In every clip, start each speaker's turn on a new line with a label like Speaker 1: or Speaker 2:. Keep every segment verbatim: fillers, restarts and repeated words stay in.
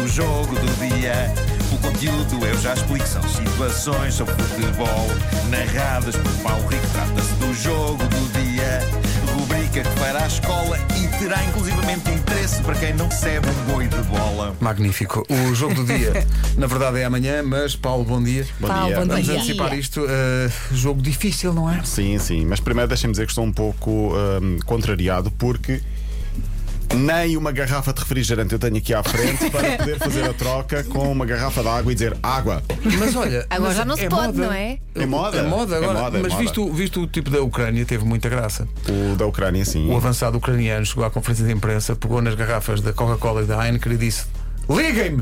Speaker 1: do jogo do dia. O conteúdo eu já explico, são situações sobre futebol narradas por Paulo Rico. Trata-se do jogo do dia, rubrica que fará a escola e terá inclusivamente interesse para quem não recebe um boi de bola.
Speaker 2: Magnífico. O jogo do dia, na verdade, é amanhã, mas Paulo, bom dia.
Speaker 3: Bom
Speaker 4: Paulo,
Speaker 3: dia.
Speaker 4: bom
Speaker 2: Vamos
Speaker 4: dia.
Speaker 2: antecipar isto. Uh, jogo difícil, não é?
Speaker 3: Sim, sim, mas primeiro deixem-me dizer que estou um pouco hum, contrariado porque nem uma garrafa de refrigerante eu tenho aqui à frente para poder fazer a troca com uma garrafa de água e dizer água.
Speaker 2: Mas olha,
Speaker 4: Agora
Speaker 2: mas
Speaker 4: já não se
Speaker 2: é
Speaker 4: pode,
Speaker 2: moda.
Speaker 4: não é?
Speaker 3: É moda.
Speaker 2: É moda
Speaker 3: É
Speaker 2: agora.
Speaker 3: moda, é
Speaker 2: mas
Speaker 3: moda.
Speaker 2: Visto, visto o tipo da Ucrânia, teve muita graça.
Speaker 3: O da Ucrânia, sim.
Speaker 2: O avançado ucraniano chegou à conferência de imprensa, pegou nas garrafas da Coca-Cola e da Heineken e disse: liguem-me!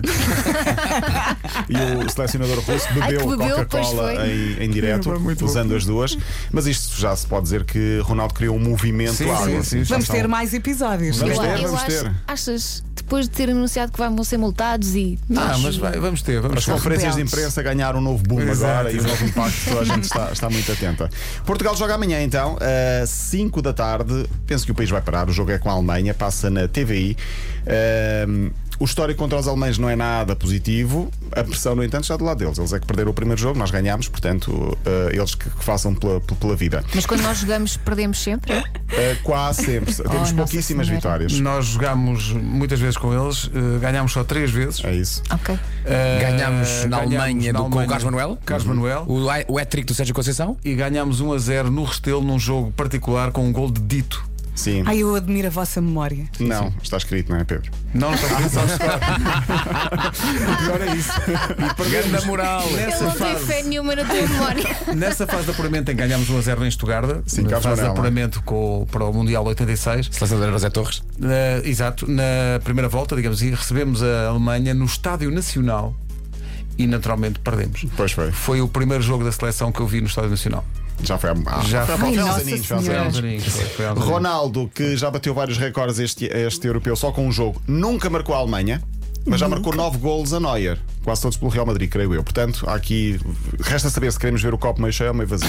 Speaker 3: E o selecionador russo bebeu,
Speaker 4: Ai, que bebeu,
Speaker 3: Coca-Cola
Speaker 4: pois foi.
Speaker 3: em, em direto,
Speaker 2: É, muito
Speaker 3: usando
Speaker 2: bom.
Speaker 3: as duas. Mas isto já se pode dizer que Ronaldo criou um movimento
Speaker 2: Sim,
Speaker 3: à
Speaker 2: sim,
Speaker 3: água.
Speaker 2: sim,
Speaker 5: Vamos
Speaker 3: Já
Speaker 5: ter
Speaker 3: são-
Speaker 5: mais episódios.
Speaker 3: Vamos
Speaker 4: eu
Speaker 3: ter,
Speaker 4: eu
Speaker 3: vamos
Speaker 4: acho,
Speaker 3: ter.
Speaker 4: Achas, depois de ter anunciado que vão ser multados e.
Speaker 2: Ah, mas vai, vamos ter, vamos
Speaker 3: As
Speaker 2: ter.
Speaker 3: conferências de
Speaker 4: rebeldes.
Speaker 3: imprensa ganharam um novo boom
Speaker 2: Exato,
Speaker 3: agora e um
Speaker 2: exato.
Speaker 3: novo impacto. Toda a gente está, está muito atenta. Portugal joga amanhã então, às cinco da tarde. Penso que o país vai parar. O jogo é com a Alemanha, passa na T V I. Ahm, O histórico contra os alemães não é nada positivo. A pressão, no entanto, está do lado deles. Eles é que perderam o primeiro jogo, nós ganhámos, portanto, eh, eles que, que façam pela, pela vida.
Speaker 4: Mas quando nós jogamos, perdemos sempre.
Speaker 3: Eh, quase sempre. Temos
Speaker 4: Nossa
Speaker 3: pouquíssimas
Speaker 4: Senhora.
Speaker 3: vitórias.
Speaker 2: Nós jogámos muitas vezes com eles, eh, ganhámos só três vezes.
Speaker 3: É isso.
Speaker 4: Ok.
Speaker 2: Eh,
Speaker 6: Ganhámos na
Speaker 2: ganhámos
Speaker 6: Alemanha
Speaker 2: na
Speaker 6: do- com o Carlos Manuel.
Speaker 2: Carlos Manuel.
Speaker 6: O, o hat-trick do Sérgio Conceição.
Speaker 2: E ganhámos um a zero no Restelo num jogo particular com um gol de Dito.
Speaker 3: Sim.
Speaker 5: Ai, eu admiro a vossa memória.
Speaker 3: Não, está escrito, não é, Pedro?
Speaker 2: Não, não está
Speaker 3: Agora é isso.
Speaker 6: Grande moral.
Speaker 4: Ele
Speaker 2: Nessa
Speaker 4: não tem
Speaker 2: fase,
Speaker 4: fé nenhuma na tua memória.
Speaker 2: nessa fase de apuramento em que ganhámos um a zero em Estugarda,
Speaker 3: Sim,
Speaker 2: na
Speaker 3: Carlos
Speaker 2: fase de
Speaker 3: Manuel,
Speaker 2: apuramento com, para o Mundial oitenta e seis.
Speaker 6: Seleção de José Torres.
Speaker 2: Na- exato, na primeira volta, digamos assim, recebemos a Alemanha no Estádio Nacional e naturalmente perdemos.
Speaker 3: Pois foi.
Speaker 2: Foi o primeiro jogo da seleção que eu vi no Estádio Nacional.
Speaker 3: Já foi há, ah,
Speaker 2: Já
Speaker 3: foi há
Speaker 2: foi.
Speaker 3: uns
Speaker 5: Ai,
Speaker 3: aninhos,
Speaker 5: Nossa
Speaker 3: foi há uns
Speaker 5: Senhora.
Speaker 3: anos.
Speaker 2: Foi, foi há uns anos.
Speaker 3: Ronaldo, que já bateu vários recordes este, este europeu só com um jogo, nunca marcou a Alemanha, mas já marcou nove golos a Neuer. Quase todos pelo Real Madrid, creio eu. Portanto, há aqui. Resta saber se queremos ver o copo meio cheio ou meio vazio.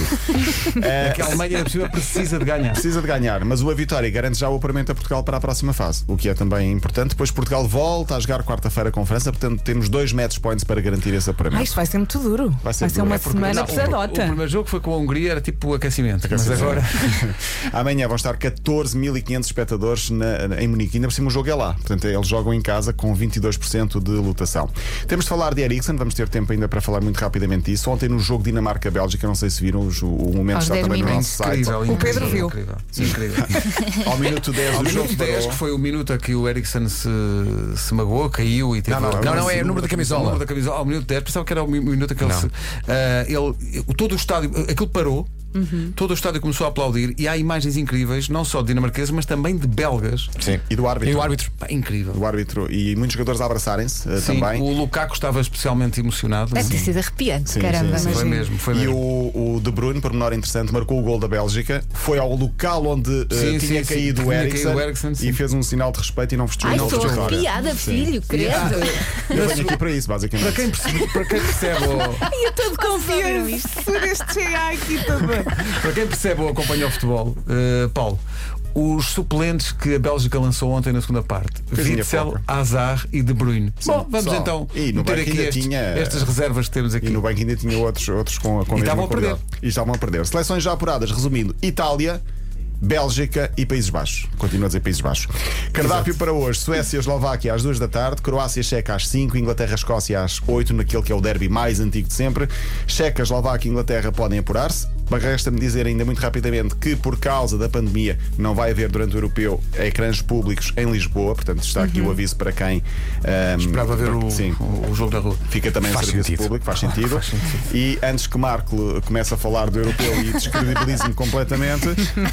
Speaker 2: É que a Alemanha, por cima, precisa de ganhar.
Speaker 3: Precisa de ganhar, mas o A Vitória garante já o apuramento a Portugal para a próxima fase, o que é também importante. Depois Portugal volta a jogar quarta-feira com França, portanto temos dois match points para garantir esse
Speaker 5: Ai,
Speaker 3: apuramento.
Speaker 5: isto vai ser muito duro.
Speaker 3: Vai ser duro,
Speaker 5: uma
Speaker 3: é porque-
Speaker 5: semana
Speaker 2: Não, o, o
Speaker 5: pesadota.
Speaker 2: primeiro jogo foi com a Hungria, era tipo aquecimento. Mas
Speaker 3: Aquecimento.
Speaker 2: agora.
Speaker 3: Amanhã vão estar catorze mil e quinhentos espectadores na, na- em Munique. Ainda por cima o jogo é lá. Portanto, eles jogam em casa com vinte e dois por cento de lotação. Temos de falar de Eriksen, vamos ter tempo ainda para falar muito rapidamente disso. Ontem no jogo Dinamarca-Bélgica, não sei se viram, o, o momento
Speaker 4: Aos
Speaker 3: está
Speaker 4: dez
Speaker 3: também no
Speaker 4: minutos.
Speaker 3: nosso site.
Speaker 2: Incrível,
Speaker 5: O Pedro
Speaker 2: incrível,
Speaker 5: viu.
Speaker 2: Incrível. incrível.
Speaker 3: Ao minuto dez
Speaker 2: Ao
Speaker 3: do jogo
Speaker 2: minuto dez,
Speaker 3: parou.
Speaker 2: que foi o minuto a que o Eriksen se, se magoou, caiu e teve.
Speaker 3: Não, não,
Speaker 6: Não, não, é o número da
Speaker 2: O
Speaker 6: camisola.
Speaker 2: número da camisola. Ao minuto dez, pensava que era o mi- minuto em que ele
Speaker 6: Não.
Speaker 2: se. ah, ele, todo o estádio, aquilo parou. Todo o estádio começou a aplaudir e há imagens incríveis, não só de dinamarqueses, mas também de belgas.
Speaker 6: Sim.
Speaker 3: E do árbitro.
Speaker 6: E o árbitro.
Speaker 2: Pá, incrível.
Speaker 3: Do árbitro. E muitos jogadores a abraçarem-se eh,
Speaker 2: Sim,
Speaker 3: também.
Speaker 2: o Lukaku estava especialmente emocionado.
Speaker 4: Deve ter sido arrepiante,
Speaker 3: Sim,
Speaker 4: caramba.
Speaker 3: sim, sim.
Speaker 2: Foi mesmo, foi
Speaker 3: E
Speaker 2: mesmo.
Speaker 3: o, o De Bruyne, por menor interessante, marcou o gol da Bélgica. Foi ao local onde eh,
Speaker 2: Sim,
Speaker 3: tinha
Speaker 2: sim,
Speaker 3: caído
Speaker 2: sim,
Speaker 3: o
Speaker 2: tinha
Speaker 3: Eriksen
Speaker 2: caído o Eriksen, sim.
Speaker 3: e fez um sinal de respeito e não festejou.
Speaker 4: Ai,
Speaker 3: não
Speaker 4: estou
Speaker 3: festejou.
Speaker 4: arrepiada, filho, credo.
Speaker 3: Eu venho aqui para isso, basicamente.
Speaker 2: Para quem percebe, para quem percebe, o,
Speaker 5: E eu estou de
Speaker 4: Vocês ouviram
Speaker 5: confiança.
Speaker 4: isto?
Speaker 5: Por este chegar aqui também.
Speaker 2: para quem percebe ou acompanha o futebol, eh, Paulo, os suplentes que a Bélgica lançou ontem na segunda parte:
Speaker 3: Coisinha
Speaker 2: Witzel,
Speaker 3: pouca.
Speaker 2: Hazard e De Bruyne. Bom, vamos
Speaker 3: só.
Speaker 2: então
Speaker 3: E no
Speaker 2: meter
Speaker 3: banco
Speaker 2: aqui
Speaker 3: ainda
Speaker 2: estes-
Speaker 3: tinha-
Speaker 2: estas reservas que temos aqui.
Speaker 3: E no banco ainda tinha outros, outros com, com a
Speaker 2: E
Speaker 3: mesma
Speaker 2: estavam a
Speaker 3: qualidade.
Speaker 2: perder.
Speaker 3: E estavam a perder. Seleções já apuradas, resumindo: Itália, Bélgica e Países Baixos. Continuo a dizer Países Baixos. Cardápio para hoje: Suécia, Eslováquia às duas da tarde, Croácia, Checa às cinco, Inglaterra, Escócia às oito, naquele que é o derby mais antigo de sempre. Checa, Eslováquia e Inglaterra podem apurar-se. Mas resta-me dizer ainda muito rapidamente que, por causa da pandemia, não vai haver durante o europeu ecrãs públicos em Lisboa. Portanto, está aqui o aviso para quem ahm,
Speaker 2: Esperava ver o,
Speaker 3: sim,
Speaker 2: o, o jogo da rua.
Speaker 3: fica também
Speaker 6: Faz
Speaker 3: em serviço
Speaker 6: sentido.
Speaker 3: público, faz sentido.
Speaker 2: faz sentido.
Speaker 3: E antes que Marco comece a falar do europeu e descredibilize-me completamente,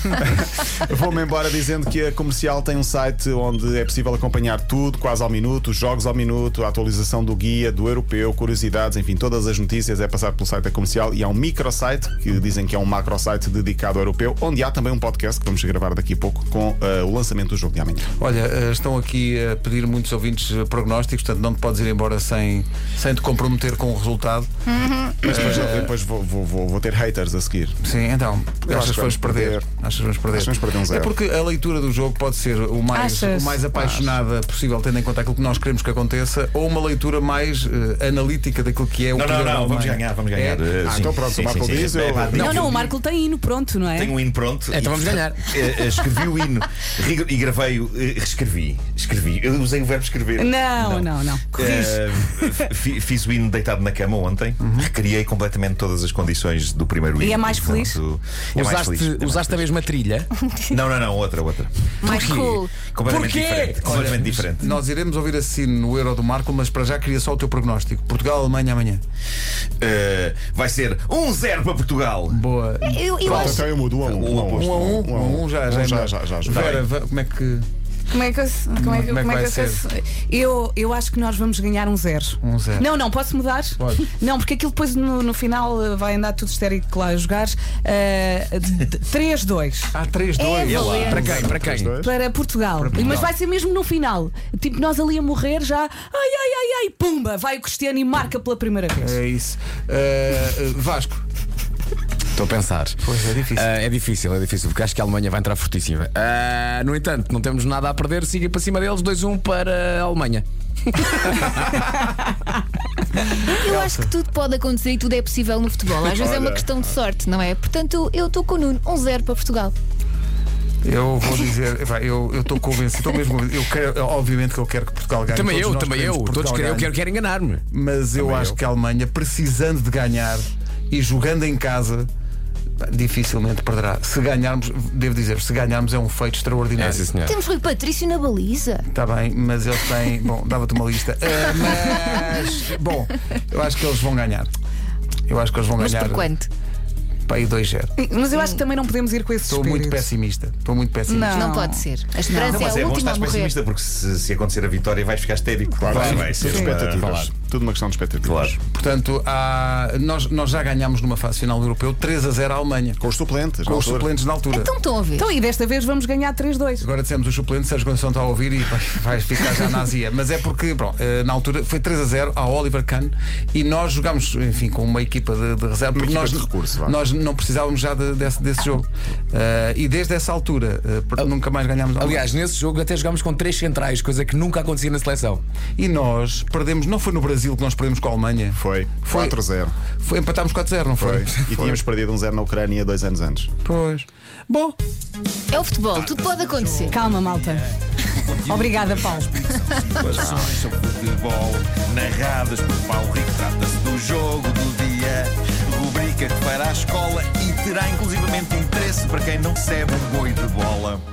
Speaker 3: vou-me embora dizendo que a Comercial tem um site onde é possível acompanhar tudo, quase ao minuto, os jogos ao minuto, a atualização do guia, do europeu, curiosidades, enfim, todas as notícias é passar pelo site da Comercial, e há um microsite que dizem Marketing, que é um macro-site dedicado ao europeu, onde há também um podcast que vamos gravar daqui a pouco com uh, o lançamento do jogo de amanhã.
Speaker 2: Olha, eh, estão aqui a pedir muitos ouvintes eh, prognósticos, portanto não te podes ir embora sem, sem te comprometer com o resultado.
Speaker 3: Mas depois, depois vou, vou, vou, vou ter haters a seguir.
Speaker 2: Sim, então,
Speaker 3: Eu
Speaker 2: achas
Speaker 3: acho
Speaker 2: que
Speaker 3: que
Speaker 2: vamos
Speaker 3: vamos
Speaker 2: perder?
Speaker 3: perder.
Speaker 2: Achas que vamos perder?
Speaker 3: Acho que vamos perder um zero.
Speaker 2: É porque a leitura do jogo pode ser o mais,
Speaker 5: Achas?
Speaker 2: o mais apaixonada possível, tendo em conta aquilo que nós queremos que aconteça, ou uma leitura mais eh, analítica daquilo que é o
Speaker 1: Não, não,
Speaker 2: poder da
Speaker 1: não, vamos
Speaker 2: Alemanha.
Speaker 1: ganhar, vamos ganhar.
Speaker 2: É?
Speaker 1: Eh,
Speaker 3: Ah,
Speaker 1: sim,
Speaker 3: então pronto,
Speaker 1: sim,
Speaker 3: o Marco
Speaker 1: sim, sim.
Speaker 3: diz,
Speaker 1: É,
Speaker 3: eu-
Speaker 1: pá,
Speaker 5: Não,
Speaker 1: eu-
Speaker 5: não, o Marco tem hino pronto, não é?
Speaker 1: Tenho o hino pronto.
Speaker 6: Então
Speaker 1: e,
Speaker 6: vamos ganhar.
Speaker 1: eh, eh, escrevi o hino rig- e gravei-o. eh, Escrevi. Escrevi. Eu usei o verbo escrever.
Speaker 5: Não, não, não. Corrige.
Speaker 1: Eh, fi- fiz o hino deitado na cama ontem. Recriei completamente todas as condições do primeiro hino.
Speaker 5: E é mais feliz?
Speaker 1: Portanto, é mais
Speaker 6: Usaste,
Speaker 1: feliz, é mais
Speaker 6: usaste a
Speaker 1: feliz.
Speaker 6: mesma trilha?
Speaker 1: Não, não, não, outra, outra.
Speaker 4: Mais cool.
Speaker 1: Completamente
Speaker 6: Porquê?
Speaker 1: diferente. Completamente diferente.
Speaker 2: Nós iremos ouvir assim no Euro do Marco, mas para já queria só o teu prognóstico. Portugal-Alemanha amanhã.
Speaker 1: Eh, vai ser um zero para Portugal.
Speaker 2: Boa.
Speaker 4: Eu, eu
Speaker 3: Pronto,
Speaker 4: acho.
Speaker 3: então eu mudo um a um.
Speaker 1: O
Speaker 3: Um a um.
Speaker 1: oposto.
Speaker 2: Um a um, um a um já, já, é
Speaker 3: já,
Speaker 2: melhor.
Speaker 3: já, já, já.
Speaker 2: Vera, va- como é que.
Speaker 5: Como é que eu, como é que,
Speaker 2: Como é que
Speaker 5: como é
Speaker 2: vai
Speaker 5: que eu,
Speaker 2: ser?
Speaker 5: eu, eu acho que nós vamos ganhar um zero.
Speaker 2: Um zero.
Speaker 5: Não, não, posso mudar?
Speaker 2: Pode.
Speaker 5: Não, porque aquilo depois no, no final eh, vai andar tudo histérico lá a jogar. Uh, três dois
Speaker 2: Ah, três dois.
Speaker 4: É valente.
Speaker 6: Para quem? Para quem?
Speaker 3: dois.
Speaker 5: para Portugal.
Speaker 2: Portugal.
Speaker 5: Mas vai ser mesmo no final. Tipo, nós ali a morrer já. Ai, ai, ai, ai, pumba! Vai o Cristiano e marca pela primeira vez.
Speaker 2: É isso. Uh, uh, Vasco.
Speaker 6: Estou a pensar.
Speaker 2: Pois é difícil.
Speaker 6: Ah, é difícil, é difícil, porque acho que a Alemanha vai entrar fortíssima. Ah, no entanto, não temos nada a perder, siga para cima deles, dois a um para a Alemanha.
Speaker 4: Eu acho que tudo pode acontecer e tudo é possível no futebol. Às vezes é uma
Speaker 3: Olha.
Speaker 4: questão de sorte, não é? Portanto, eu estou com o Nuno. um zero para Portugal.
Speaker 2: Eu vou dizer, epá, eu eu estou convencido, estou mesmo, eu quero, obviamente que eu quero que Portugal ganhe.
Speaker 6: Também
Speaker 2: Todos
Speaker 6: eu,
Speaker 2: nós
Speaker 6: também eu.
Speaker 2: queremos que
Speaker 6: Todos
Speaker 2: Portugal
Speaker 6: querem, eu
Speaker 2: ganhe.
Speaker 6: quero, quero enganar-me.
Speaker 2: Mas eu
Speaker 3: Também
Speaker 2: acho
Speaker 3: eu.
Speaker 2: que a Alemanha, precisando de ganhar e jogando em casa, pá, dificilmente perderá. Se ganharmos, devo dizer, se ganharmos é um feito
Speaker 6: É,
Speaker 2: extraordinário.
Speaker 6: sim, senhor.
Speaker 4: Temos Rui Patrício na baliza.
Speaker 2: Está bem, mas eles têm. Bom, dava-te uma lista. Ah, mas. Bom, eu acho que eles vão ganhar. Eu acho que eles vão
Speaker 4: Mas
Speaker 2: ganhar.
Speaker 4: por quanto?
Speaker 2: Para aí dois zero.
Speaker 5: Mas eu acho que também não podemos ir com esse
Speaker 2: Estou
Speaker 5: espírito.
Speaker 2: muito pessimista. Estou muito pessimista.
Speaker 5: Não.
Speaker 4: Não pode ser. A esperança
Speaker 1: Não, mas
Speaker 4: é
Speaker 1: é
Speaker 4: a
Speaker 1: bom
Speaker 4: última
Speaker 1: estar
Speaker 4: a morrer.
Speaker 1: pessimista, porque se, se acontecer a vitória vais ficar histérico.
Speaker 3: Claro,
Speaker 1: vai,
Speaker 3: sim,
Speaker 1: vai ser
Speaker 3: tudo
Speaker 1: uma-
Speaker 3: expectativas.
Speaker 1: Claro.
Speaker 3: Tudo uma questão de expectativas.
Speaker 1: Claro.
Speaker 2: Portanto, há, nós, nós já ganhámos numa fase final do europeu três a zero à Alemanha.
Speaker 3: Com os suplentes.
Speaker 2: Com
Speaker 3: na
Speaker 2: os
Speaker 3: altura.
Speaker 2: suplentes na altura.
Speaker 4: Então estão a ver.
Speaker 5: Então, e desta vez vamos ganhar três dois.
Speaker 2: Agora dissemos os suplentes, Sérgio Conceição está a ouvir e vai, vai ficar já na azia. Mas é porque, pronto, eh, na altura foi três a zero ao Oliver Kahn e nós jogámos, enfim, com uma equipa de, de reserva, porque
Speaker 3: equipa
Speaker 2: nós,
Speaker 3: de recurso, vá.
Speaker 2: nós não precisávamos já de- desse, desse jogo. Eh, e desde essa altura, eh, porque nunca mais ganhámos.
Speaker 6: Aliás, nesse jogo até jogámos com três centrais, coisa que nunca acontecia na seleção.
Speaker 2: E nós perdemos, não foi no Brasil que nós perdemos com a Alemanha?
Speaker 3: Foi.
Speaker 2: Foi.
Speaker 3: quatro a zero.
Speaker 2: Foi, empatámos quatro a zero, não foi?
Speaker 3: Foi. E tínhamos perdido um zero na Ucrânia dois anos antes.
Speaker 2: Pois. Bom,
Speaker 4: É o futebol, tudo pode acontecer.
Speaker 5: Calma, malta. Obrigada, Paulo.
Speaker 1: Situações sobre futebol narradas por Paulo Rico. Trata-se do jogo do dia, rubrica que fará a escola e terá inclusivamente interesse para quem não recebe um boi de bola.